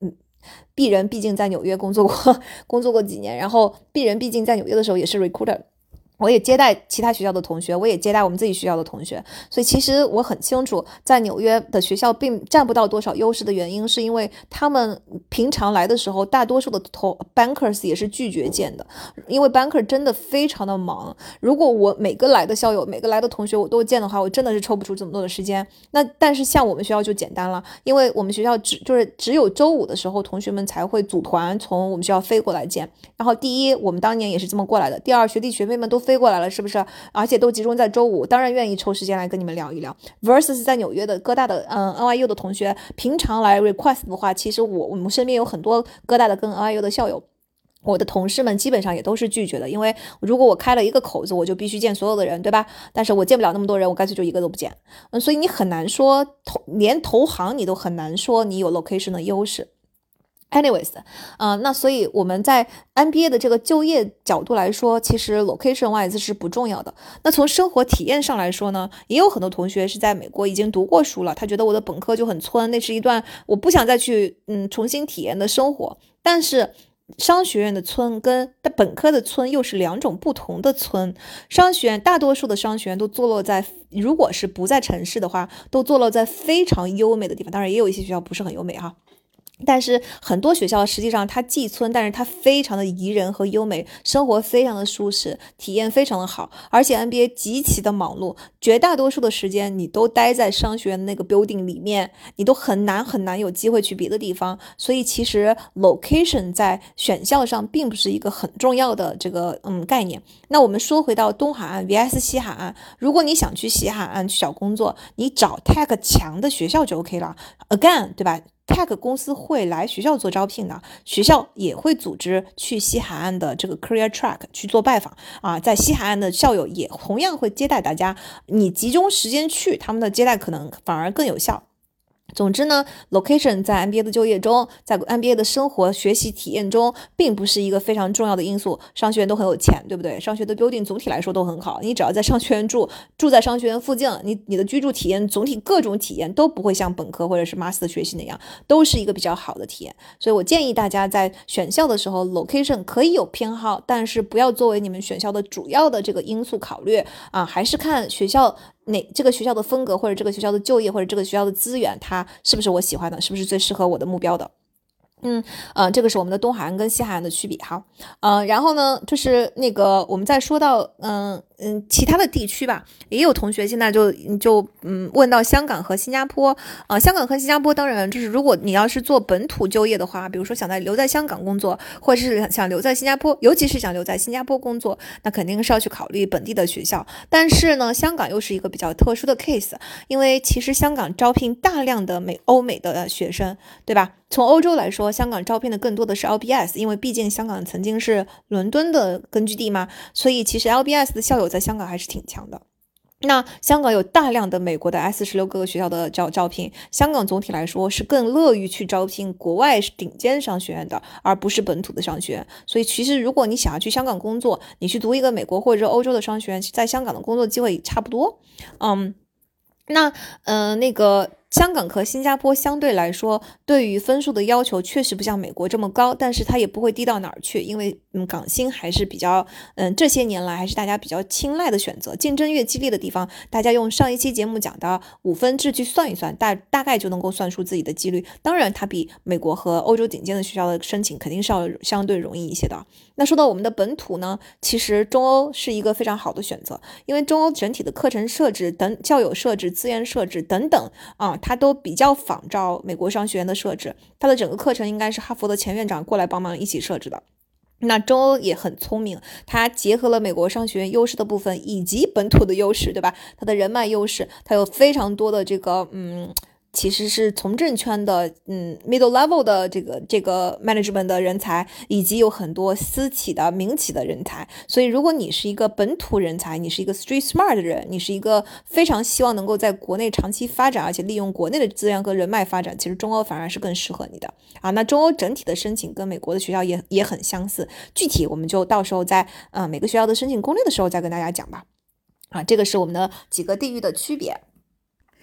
鄙人毕竟在纽约工作过工作过几年，然后鄙人毕竟在纽约的时候也是 recruiter，我也接待其他学校的同学，我也接待我们自己学校的同学，所以其实我很清楚，在纽约的学校并占不到多少优势的原因，是因为他们平常来的时候，大多数的投 bankers 也是拒绝见的，因为 banker 真的非常的忙。如果我每个来的校友、每个来的同学我都见的话，我真的是抽不出这么多的时间。那但是像我们学校就简单了，因为我们学校只就是只有周五的时候，同学们才会组团从我们学校飞过来见。然后第一，我们当年也是这么过来的；第二，学弟学妹们都飞过来了，是不是？而且都集中在周五，当然愿意抽时间来跟你们聊一聊。versus 在纽约的哥大的嗯 N Y U 的同学，平常来 request 的话，其实我我们身边有很多哥大的跟 N Y U 的校友。我的同事们基本上也都是拒绝的，因为如果我开了一个口子，我就必须见所有的人，对吧？但是我见不了那么多人，我干脆就一个都不见。嗯，所以你很难说投，连投行你都很难说你有 location 的优势。anyways， 呃，那所以我们在 M B A 的这个就业角度来说，其实 location wise 是不重要的。那从生活体验上来说呢，也有很多同学是在美国已经读过书了，他觉得我的本科就很村，那是一段我不想再去嗯重新体验的生活。但是商学院的村跟本科的村又是两种不同的村。商学院大多数的商学院都坐落在，如果是不在城市的话，都坐落在非常优美的地方，当然也有一些学校不是很优美哈。但是很多学校实际上它寄村，但是它非常的宜人和优美，生活非常的舒适，体验非常的好，而且 N B A 极其的忙碌，绝大多数的时间你都待在商学院的那个 building 里面，你都很难很难有机会去别的地方。所以其实 location 在选校上并不是一个很重要的这个嗯概念。那我们说回到东海岸 vs 西海岸，如果你想去西海岸去找工作，你找 tech 强的学校就 OK 了。Again， 对吧？Tech 公司会来学校做招聘的，学校也会组织去西海岸的这个 career track 去做拜访啊，在西海岸的校友也同样会接待大家，你集中时间去，他们的接待可能反而更有效。总之呢 location 在 M B A 的就业中，在 M B A 的生活学习体验中并不是一个非常重要的因素。商学院都很有钱，对不对？商学的 building 总体来说都很好，你只要在商学院住，住在商学院附近，你你的居住体验总体各种体验都不会像本科或者是 master 学习那样，都是一个比较好的体验。所以我建议大家在选校的时候 location 可以有偏好，但是不要作为你们选校的主要的这个因素考虑啊，还是看学校哪这个学校的风格，或者这个学校的就业，或者这个学校的资源，它是不是我喜欢的，是不是最适合我的目标的。嗯，呃，这个是我们的东海岸跟西海岸的区别哈。呃，然后呢，就是那个我们再说到嗯嗯其他的地区吧，也有同学现在就就嗯问到香港和新加坡。呃，香港和新加坡当然就是如果你要是做本土就业的话，比如说想在留在香港工作，或者是想留在新加坡，尤其是想留在新加坡工作，那肯定是要去考虑本地的学校。但是呢，香港又是一个比较特殊的 case， 因为其实香港招聘大量的美欧美的学生，对吧？从欧洲来说，香港招聘的更多的是 L B S， 因为毕竟香港曾经是伦敦的根据地嘛，所以其实 L B S 的校友在香港还是挺强的。那香港有大量的美国的 S 十六个学校的招招聘，香港总体来说是更乐于去招聘国外顶尖商学院的，而不是本土的商学院。所以其实如果你想要去香港工作，你去读一个美国或者欧洲的商学院，在香港的工作机会差不多。嗯，那呃那个香港和新加坡相对来说对于分数的要求确实不像美国这么高，但是它也不会低到哪儿去，因为嗯港星还是比较嗯这些年来还是大家比较青睐的选择。竞争越激烈的地方，大家用上一期节目讲的五分制去算一算，大大概就能够算出自己的几率。当然它比美国和欧洲顶尖的学校的申请肯定是要相对容易一些的。那说到我们的本土呢，其实中欧是一个非常好的选择，因为中欧整体的课程设置等教友设置资源设置等等啊，它都比较仿照美国商学院的设置，它的整个课程应该是哈佛的前院长过来帮忙一起设置的。那中欧也很聪明，它结合了美国商学院优势的部分以及本土的优势，对吧？它的人脉优势，它有非常多的这个嗯其实是从政圈的嗯 middle level 的这个这个 management 的人才，以及有很多私企的民企的人才。所以如果你是一个本土人才，你是一个 street smart 的人，你是一个非常希望能够在国内长期发展，而且利用国内的资源和人脉发展，其实中欧反而是更适合你的啊。那中欧整体的申请跟美国的学校也也很相似，具体我们就到时候在呃每个学校的申请攻略的时候再跟大家讲吧。啊，这个是我们的几个地域的区别。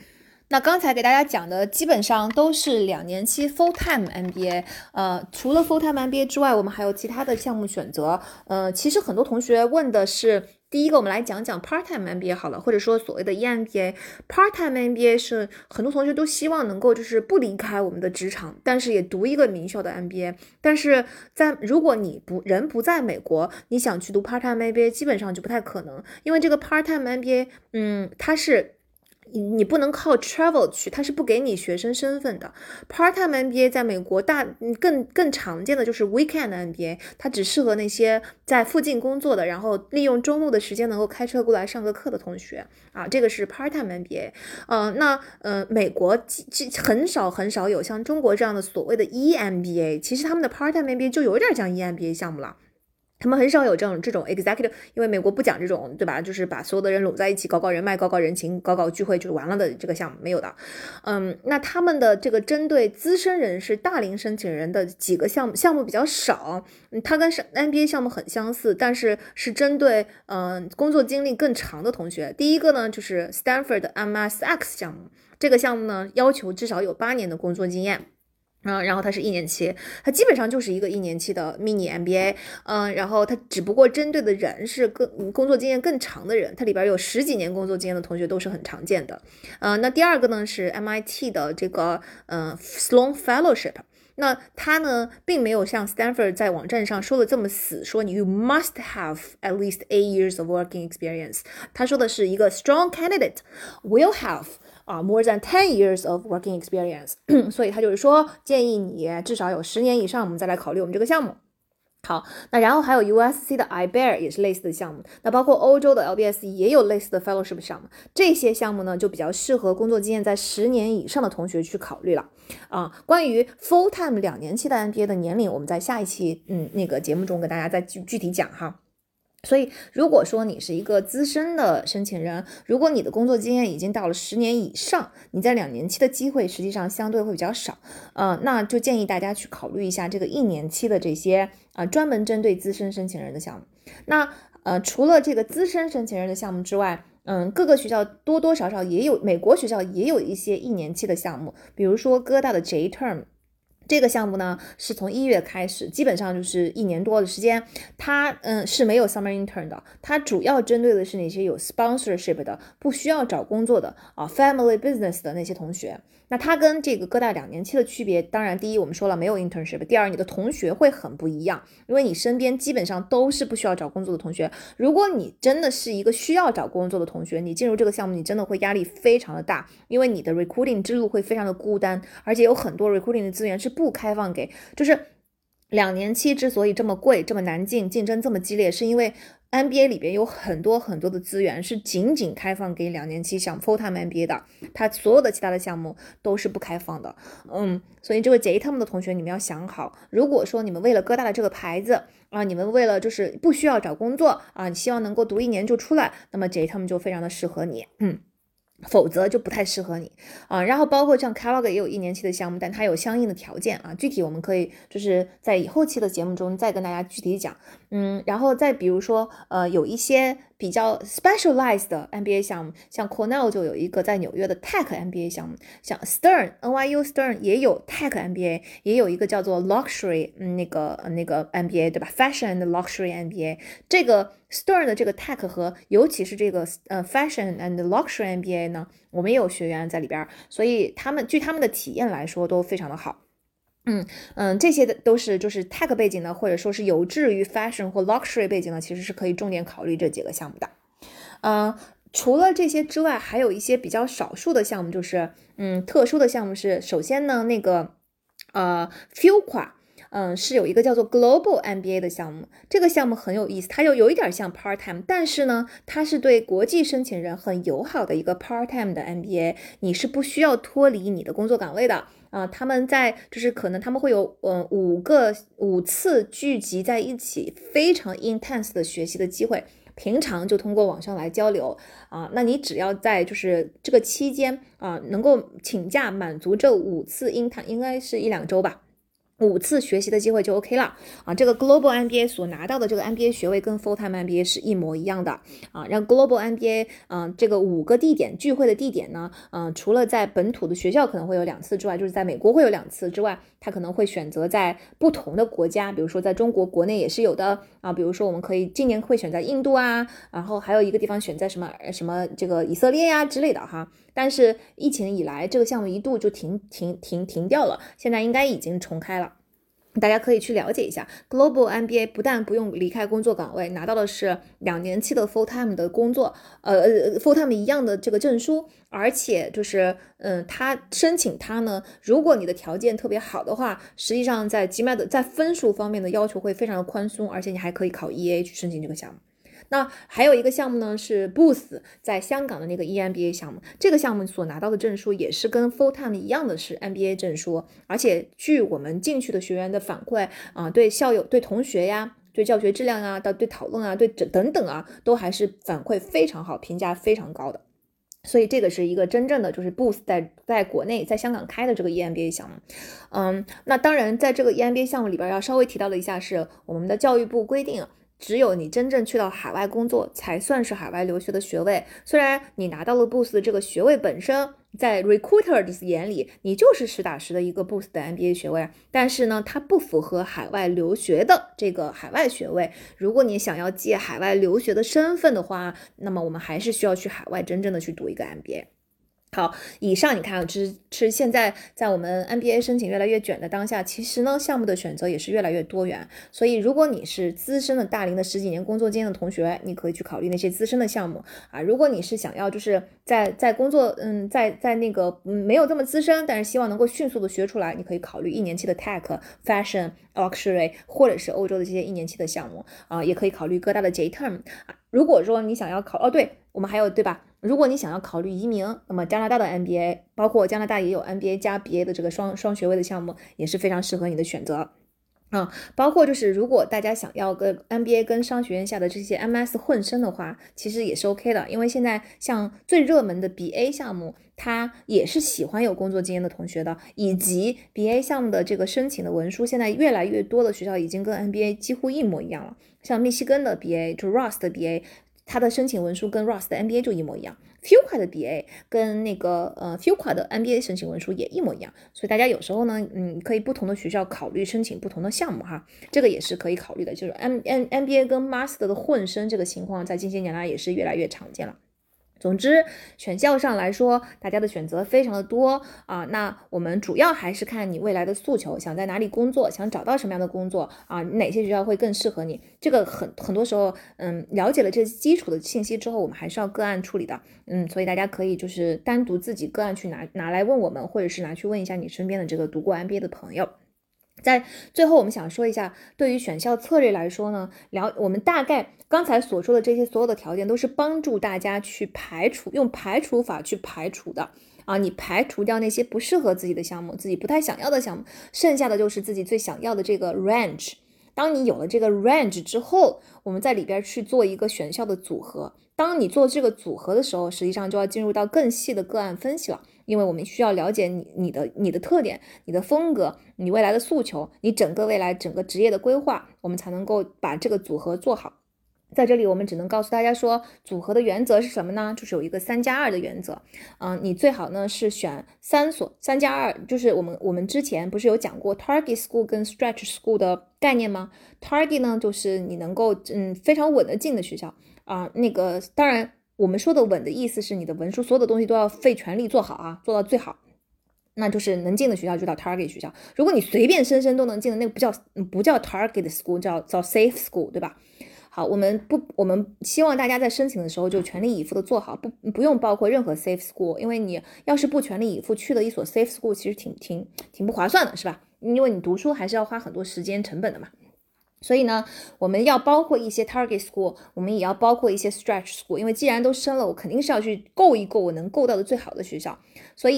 那刚才给大家讲的基本上都是两年期 full time M B A， 呃，除了 full time M B A 之外，我们还有其他的项目选择。呃，其实很多同学问的是，第一个我们来讲讲 part time M B A 好了，或者说所谓的 E M B A。part time M B A 是很多同学都希望能够就是不离开我们的职场，但是也读一个名校的 M B A。但是在如果你不人不在美国，你想去读 part time M B A， 基本上就不太可能，因为这个 part time M B A， 嗯，它是。你不能靠 travel 去，它是不给你学生身份的。part-time M B A 在美国大更更常见的就是 weekend M B A， 它只适合那些在附近工作的，然后利用周末的时间能够开车过来上个课的同学啊，这个是 part-time M B A。呃，那呃，美国很少很少有像中国这样的所谓的 E M B A， 其实他们的 part-time M B A 就有点像 E M B A 项目了。他们很少有这种这种 executive， 因为美国不讲这种，对吧？就是把所有的人拢在一起搞搞人脉、搞搞人情、搞搞聚会就完了的这个项目没有的。嗯，那他们的这个针对资深人士、大龄申请人的几个项目项目比较少，嗯，它跟 M B A 项目很相似，但是是针对嗯工作经历更长的同学。第一个呢就是 Stanford 的 M S X 项目，这个项目呢要求至少有八年的工作经验。嗯，然后它是一年期，它基本上就是一个一年期的 mini M B A， 嗯，然后它只不过针对的人是更工作经验更长的人，它里边有十几年工作经验的同学都是很常见的。嗯，那第二个呢是 M I T 的这个嗯 Sloan Fellowship， 那它呢并没有像 Stanford 在网站上说的这么死，说你 you must have at least eight years of working experience， 他说的是一个 strong candidate will have啊 more than ten years of working experience 所以他就是说建议你至少有十年以上，我们再来考虑我们这个项目。好，那然后还有 U S C 的 I B E R 也是类似的项目，那包括欧洲的 L B S 也有类似的 fellowship 项目，这些项目呢就比较适合工作经验在十年以上的同学去考虑了啊。关于 full time 两年期的 M B A 的年龄，我们在下一期嗯那个节目中跟大家再具具体讲哈。所以如果说你是一个资深的申请人，如果你的工作经验已经到了十年以上，你在两年期的机会实际上相对会比较少，呃，那就建议大家去考虑一下这个一年期的这些啊、呃、专门针对资深申请人的项目。那呃除了这个资深申请人的项目之外，嗯，各个学校多多少少也有，美国学校也有一些一年期的项目，比如说哥大的 J Term。这个项目呢是从一月开始，基本上就是一年多的时间，它嗯是没有 summer intern 的，它主要针对的是那些有 sponsorship 的，不需要找工作的啊 family business 的那些同学。那它跟这个哥大两年期的区别，当然第一我们说了没有 internship， 第二你的同学会很不一样，因为你身边基本上都是不需要找工作的同学。如果你真的是一个需要找工作的同学，你进入这个项目你真的会压力非常的大，因为你的 recruiting 之路会非常的孤单，而且有很多 recruiting 的资源是不开放给，就是两年期之所以这么贵这么难进，竞争这么激烈，是因为 M B A 里边有很多很多的资源是仅仅开放给两年期项目 full time M B A 的，它所有的其他的项目都是不开放的。嗯，所以这个 J Term 的同学你们要想好，如果说你们为了哥大的这个牌子啊，你们为了就是不需要找工作啊，你希望能够读一年就出来，那么 J Term 就非常的适合你。嗯。否则就不太适合你啊。然后包括像 Kellogg 也有一年期的项目，但它有相应的条件啊。具体我们可以就是在以后期的节目中再跟大家具体讲。嗯，然后再比如说呃有一些比较 specialized 的 M B A 项目，像 Cornell 就有一个在纽约的 Tech M B A 项目，像 Stern N Y U Stern 也有 Tech M B A， 也有一个叫做 Luxury 嗯那个那个 M B A 对吧 Fashion and Luxury M B A。 这个 Stern 的这个 Tech 和尤其是这个呃 Fashion and Luxury M B A 呢，我们也有学员在里边，所以他们据他们的体验来说都非常的好。嗯嗯，这些的都是就是 tech 背景的，或者说是有志于 fashion 或 luxury 背景的，其实是可以重点考虑这几个项目的。呃，除了这些之外，还有一些比较少数的项目，就是嗯特殊的项目是，首先呢那个呃 Fuqua。嗯，是有一个叫做 Global M B A 的项目，这个项目很有意思，它又有一点像 part time， 但是呢，它是对国际申请人很友好的一个 part time 的 M B A， 你是不需要脱离你的工作岗位的啊、呃。他们在就是可能他们会有嗯五个五次聚集在一起，非常 intense 的学习的机会。平常就通过网上来交流啊，那你只要在就是这个期间啊，能够请假满足这五次 intern， 应该是一两周吧。 五次学习的机会就 OK 了啊。这个 Global M B A 所拿到的这个 M B A 学位跟 Full Time M B A 是一模一样的啊。让 Global M B A 嗯、呃，这个五个地点聚会的地点呢，嗯、呃，除了在本土的学校可能会有两次之外，就是在美国会有两次之外，它可能会选择在不同的国家，比如说在中国国内也是有的啊。比如说我们可以今年会选在印度啊，然后还有一个地方选在什么什么这个以色列呀、啊、之类的哈。但是疫情以来，这个项目一度就停停停停掉了，现在应该已经重开了。大家可以去了解一下 Global M B A 不但不用离开工作岗位，拿到的是两年期的 full time 的工作，呃 full time 一样的这个证书，而且就是嗯，他申请它呢，如果你的条件特别好的话，实际上在 G M A T 在分数方面的要求会非常的宽松，而且你还可以考 E A 去申请这个项目。那还有一个项目呢，是 Booth 在香港的那个 E M B A 项目，这个项目所拿到的证书也是跟 Full Time 一样的是 M B A 证书，而且据我们进去的学员的反馈啊、呃，对校友、对同学呀、对教学质量啊、到对讨论啊、对等等啊，都还是反馈非常好，评价非常高的。所以这个是一个真正的就是 Booth 在在国内在香港开的这个 E M B A 项目。嗯，那当然在这个 E M B A 项目里边要稍微提到了一下，是我们的教育部规定，只有你真正去到海外工作才算是海外留学的学位。虽然你拿到了 Booth 的这个学位本身，在 recruiter 的眼里你就是实打实的一个 Booth 的 M B A 学位，但是呢它不符合海外留学的这个海外学位。如果你想要借海外留学的身份的话，那么我们还是需要去海外真正的去读一个 M B A。好，以上你看，其实现在在我们 M B A 申请越来越卷的当下，其实呢项目的选择也是越来越多元。所以如果你是资深的大龄的十几年工作经验的同学，你可以去考虑那些资深的项目啊。如果你是想要就是在在工作嗯在在那个、嗯、没有这么资深，但是希望能够迅速的学出来，你可以考虑一年期的 Tech、Fashion、Luxury 或者是欧洲的这些一年期的项目啊，也可以考虑各大的 J Term 啊。如果说你想要考哦，对我们还有对吧？如果你想要考虑移民，那么加拿大的 M B A， 包括加拿大也有 M B A 加 B A 的这个双双学位的项目，也是非常适合你的选择。啊、嗯，包括就是如果大家想要跟 M B A 跟商学院下的这些 M S 混声的话，其实也是 OK 的，因为现在像最热门的 B A 项目，它也是喜欢有工作经验的同学的，以及 B A 项目的这个申请的文书，现在越来越多的学校已经跟 M B A 几乎一模一样了，像密西根的 B A 就 Ross 的 B A。它的申请文书跟 Ross 的 M B A 就一模一样 ，Fuqua 的 B A 跟那个呃 Fuqua 的 M B A 申请文书也一模一样，所以大家有时候呢，嗯，可以不同的学校考虑申请不同的项目哈，这个也是可以考虑的。就是 M M M B A 跟 Master 的混声这个情况，在近些年来也是越来越常见了。总之，选校上来说，大家的选择非常的多啊。那我们主要还是看你未来的诉求，想在哪里工作，想找到什么样的工作啊？哪些学校会更适合你？这个很很多时候，嗯，了解了这基础的信息之后，我们还是要个案处理的，嗯，所以大家可以就是单独自己个案去拿拿来问我们，或者是拿去问一下你身边的这个读过 M B A 的朋友。在最后我们想说一下，对于选校策略来说呢，聊我们大概刚才所说的这些所有的条件都是帮助大家去排除，用排除法去排除的啊，你排除掉那些不适合自己的项目，自己不太想要的项目，剩下的就是自己最想要的这个 range。当你有了这个 range 之后，我们在里边去做一个选校的组合。当你做这个组合的时候，实际上就要进入到更细的个案分析了，因为我们需要了解你你的你的特点、你的风格、你未来的诉求、你整个未来整个职业的规划，我们才能够把这个组合做好。在这里我们只能告诉大家说，组合的原则是什么呢？就是有一个三加二的原则。嗯，你最好呢是选三所，三加二就是我们我们之前不是有讲过 target school 跟 stretch school 的概念吗？ target 呢就是你能够嗯非常稳得进的学校啊、呃，那个当然我们说的稳的意思是你的文书所有的东西都要费全力做好啊，做到最好。那就是能进的学校就叫 target 学校，如果你随便生生都能进的那个不叫不叫 target school， 叫叫 safe school， 对吧？好，我们不，我们希望大家在申请的时候就全力以赴的做好，不不用包括任何 safe school， 因为你要是不全力以赴去了一所 safe school， 其实挺挺挺不划算的，是吧？因为你读书还是要花很多时间成本的嘛。所以呢，我们要包括一些 target school， 我们也要包括一些 stretch school， 因为既然都申了，我肯定是要去够一够我能够到的最好的学校。所以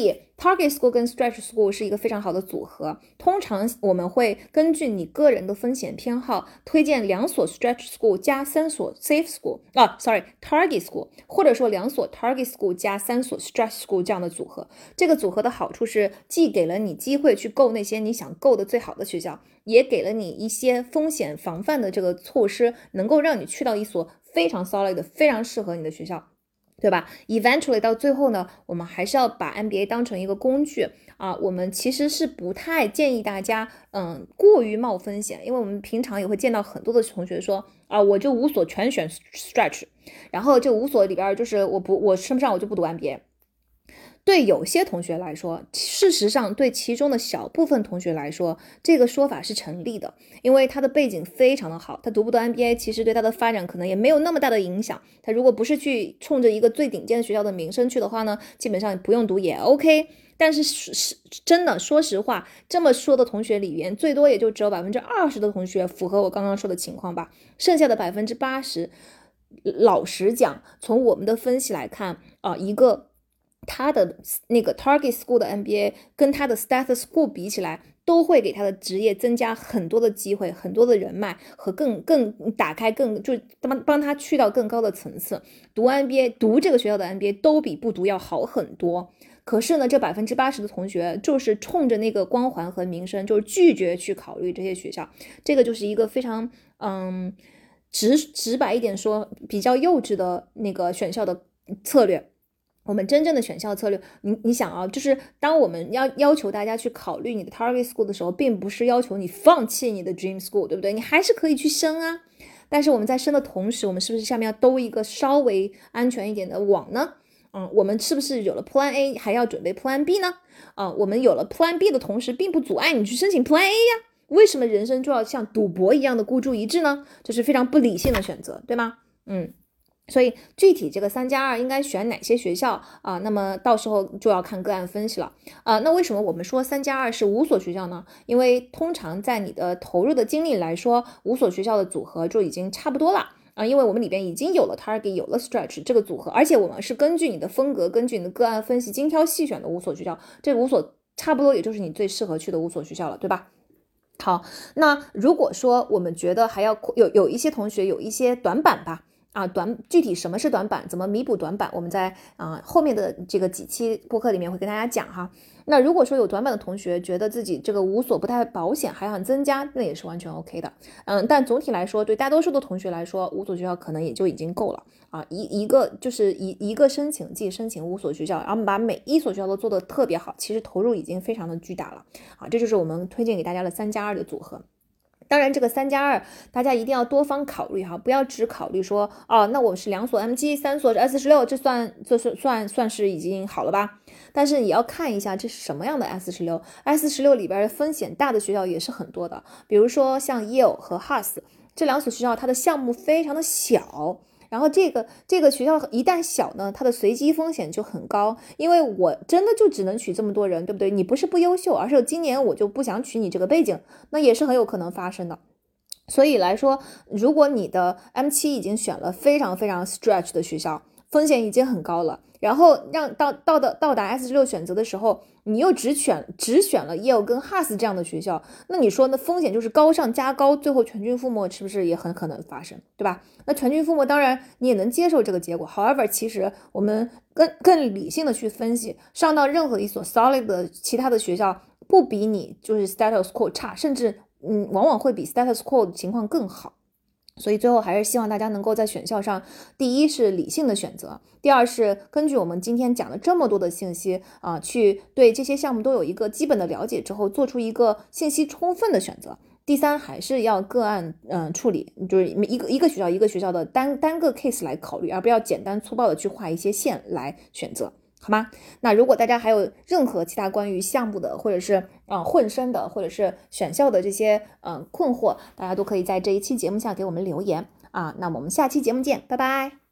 Target School 跟 Stretch School 是一个非常好的组合，通常我们会根据你个人的风险偏好推荐两所 Stretch School 加三所 Safe School 啊 sorry Target School， 或者说两所 Target School 加三所 Stretch School 这样的组合。这个组合的好处是既给了你机会去购那些你想购的最好的学校，也给了你一些风险防范的这个措施，能够让你去到一所非常 solid 的非常适合你的学校，对吧 eventually 到最后呢，我们还是要把 M B A 当成一个工具啊，我们其实是不太建议大家嗯过于冒风险，因为我们平常也会见到很多的同学说啊，我就五所全选 Stretch， 然后这五所里边就是我不我升不上我就不读 M B A。对有些同学来说，事实上对其中的小部分同学来说，这个说法是成立的，因为他的背景非常的好，他读不读 M B A 其实对他的发展可能也没有那么大的影响，他如果不是去冲着一个最顶尖的学校的名声去的话呢，基本上不用读也 OK。 但是是真的说实话，这么说的同学里面最多也就只有 百分之二十 的同学符合我刚刚说的情况吧，剩下的 百分之八十 老实讲，从我们的分析来看啊、呃，一个他的那个 Target School 的 M B A 跟他的 Status School 比起来，都会给他的职业增加很多的机会，很多的人脉和更更打开更就帮帮他去到更高的层次。读 M B A 读这个学校的 M B A 都比不读要好很多。可是呢，这 百分之八十 的同学就是冲着那个光环和名声，就是拒绝去考虑这些学校。这个就是一个非常嗯直直白一点说比较幼稚的那个选校的策略。我们真正的选校策略，你你想啊，就是当我们要要求大家去考虑你的 Target School 的时候，并不是要求你放弃你的 Dream School， 对不对？你还是可以去升啊。但是我们在升的同时，我们是不是下面要兜一个稍微安全一点的网呢？嗯，我们是不是有了 Plan A 还要准备 Plan B 呢？啊、嗯，我们有了 Plan B 的同时，并不阻碍你去申请 Plan A 呀。为什么人生就要像赌博一样的孤注一掷呢？这是非常不理性的选择，对吗？嗯。所以具体这个三加二应该选哪些学校啊、呃？那么到时候就要看个案分析了啊、呃。那为什么我们说三加二是五所学校呢？因为通常在你的投入的精力来说，五所学校的组合就已经差不多了啊、呃。因为我们里边已经有了 Target 有了 Stretch 这个组合，而且我们是根据你的风格，根据你的个案分析精挑细选的五所学校，这五所差不多也就是你最适合去的五所学校了，对吧？好，那如果说我们觉得还要有有一些同学有一些短板吧。啊，短具体什么是短板，怎么弥补短板，我们在啊、呃、后面的这个几期播客里面会跟大家讲哈。那如果说有短板的同学觉得自己这个五所不太保险，还想增加，那也是完全 OK 的。嗯，但总体来说，对大多数的同学来说，五所学校可能也就已经够了啊。一一个就是一一个申请季申请五所学校，然后把每一所学校都做得特别好，其实投入已经非常的巨大了啊。这就是我们推荐给大家的三加二的组合。当然这个三加二大家一定要多方考虑哈，不要只考虑说哦，那我是两所 M 七 三所 S 十六，这算这算算算是已经好了吧？但是也要看一下这是什么样的 S 十六 S 十六里边风险大的学校也是很多的，比如说像 Yale 和 Haas 这两所学校，它的项目非常的小，然后这个这个学校一旦小呢，它的随机风险就很高，因为我真的就只能取这么多人，对不对？你不是不优秀，而是今年我就不想取你这个背景，那也是很有可能发生的。所以来说，如果你的 M 七 已经选了非常非常 stretch 的学校，风险已经很高了，然后让到到的到达 S 十六 选择的时候，你又只选只选了 Yale 跟 Haas 这样的学校，那你说那风险就是高上加高，最后全军覆没，是不是也很可能发生，对吧？那全军覆没当然你也能接受这个结果 however 其实我们更更理性的去分析，上到任何一所 solid 的其他的学校不比你就是 status quo 差，甚至嗯往往会比 status quo 的情况更好。所以最后还是希望大家能够在选校上，第一是理性的选择，第二是根据我们今天讲了这么多的信息啊、呃，去对这些项目都有一个基本的了解之后，做出一个信息充分的选择。第三还是要个案嗯、呃、处理，就是一个一个学校一个学校的单单个 case 来考虑，而不要简单粗暴的去画一些线来选择。好吗？那如果大家还有任何其他关于项目的，或者是呃混声的，或者是选校的这些呃困惑，大家都可以在这一期节目下给我们留言啊。那我们下期节目见，拜拜。